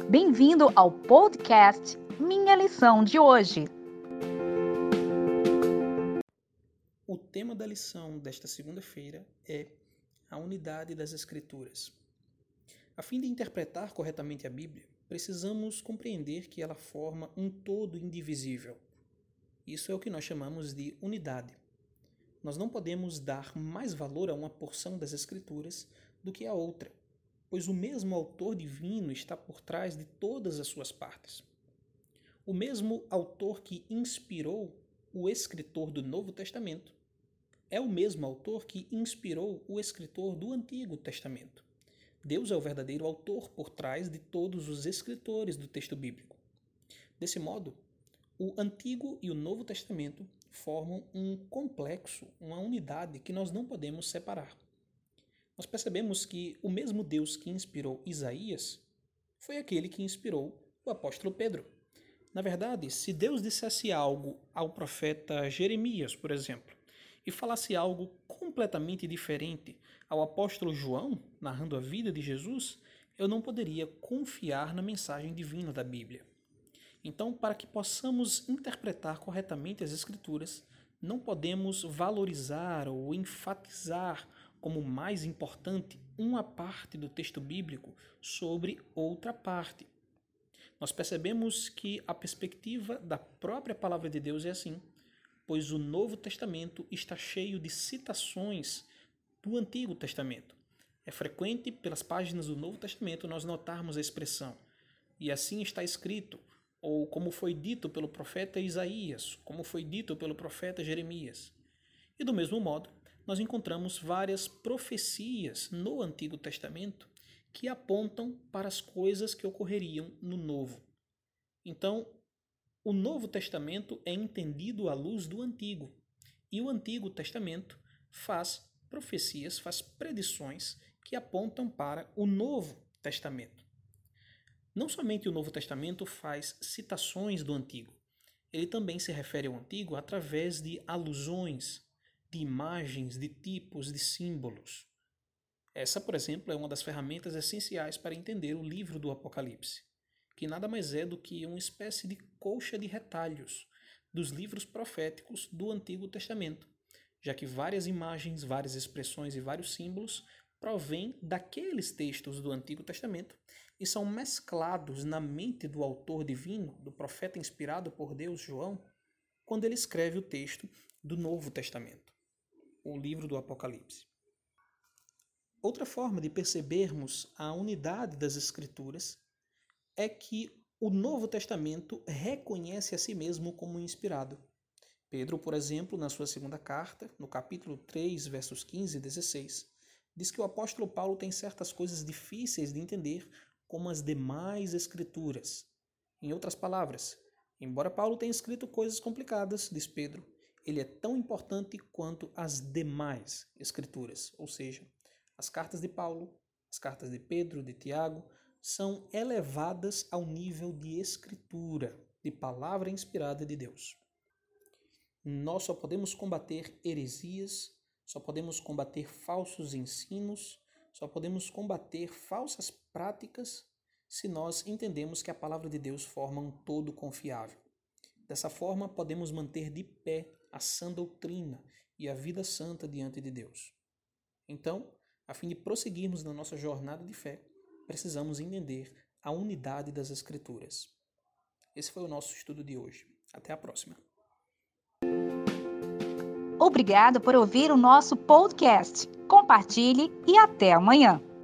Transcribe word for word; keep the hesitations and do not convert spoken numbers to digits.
Bem-vindo ao podcast Minha Lição de Hoje. O tema da lição desta segunda-feira é a unidade das Escrituras. A fim de interpretar corretamente a Bíblia, precisamos compreender que ela forma um todo indivisível. Isso é o que nós chamamos de unidade. Nós não podemos dar mais valor a uma porção das Escrituras do que a outra, pois o mesmo autor divino está por trás de todas as suas partes. O mesmo autor que inspirou o escritor do Novo Testamento é o mesmo autor que inspirou o escritor do Antigo Testamento. Deus é o verdadeiro autor por trás de todos os escritores do texto bíblico. Desse modo, o Antigo e o Novo Testamento formam um complexo, uma unidade que nós não podemos separar. Nós percebemos que o mesmo Deus que inspirou Isaías foi aquele que inspirou o apóstolo Pedro. Na verdade, se Deus dissesse algo ao profeta Jeremias, por exemplo, e falasse algo completamente diferente ao apóstolo João, narrando a vida de Jesus, eu não poderia confiar na mensagem divina da Bíblia. Então, para que possamos interpretar corretamente as Escrituras, não podemos valorizar ou enfatizar como mais importante uma parte do texto bíblico sobre outra parte. Nós percebemos que a perspectiva da própria palavra de Deus é assim, pois o Novo Testamento está cheio de citações do Antigo Testamento. É frequente, pelas páginas do Novo Testamento, nós notarmos a expressão "e assim está escrito", ou como foi dito pelo profeta Isaías, como foi dito pelo profeta Jeremias. E do mesmo modo, nós encontramos várias profecias no Antigo Testamento que apontam para as coisas que ocorreriam no Novo. Então, o Novo Testamento é entendido à luz do Antigo, e o Antigo Testamento faz profecias, faz predições que apontam para o Novo Testamento. Não somente o Novo Testamento faz citações do Antigo, ele também se refere ao Antigo através de alusões, de imagens, de tipos, de símbolos. Essa, por exemplo, é uma das ferramentas essenciais para entender o livro do Apocalipse, que nada mais é do que uma espécie de colcha de retalhos dos livros proféticos do Antigo Testamento, já que várias imagens, várias expressões e vários símbolos provêm daqueles textos do Antigo Testamento e são mesclados na mente do autor divino, do profeta inspirado por Deus, João, quando ele escreve o texto do Novo Testamento, o livro do Apocalipse. Outra forma de percebermos a unidade das Escrituras é que o Novo Testamento reconhece a si mesmo como inspirado. Pedro, por exemplo, na sua segunda carta, no capítulo três, versos quinze e dezesseis, diz que o apóstolo Paulo tem certas coisas difíceis de entender, como as demais Escrituras. Em outras palavras, embora Paulo tenha escrito coisas complicadas, diz Pedro, ele é tão importante quanto as demais Escrituras, ou seja, as cartas de Paulo, as cartas de Pedro, de Tiago, são elevadas ao nível de escritura, de palavra inspirada de Deus. Nós só podemos combater heresias, só podemos combater falsos ensinos, só podemos combater falsas práticas se nós entendemos que a palavra de Deus forma um todo confiável. Dessa forma, podemos manter de pé a sã doutrina e a vida santa diante de Deus. Então, a fim de prosseguirmos na nossa jornada de fé, precisamos entender a unidade das Escrituras. Esse foi o nosso estudo de hoje. Até a próxima. Obrigado por ouvir o nosso podcast. Compartilhe e até amanhã.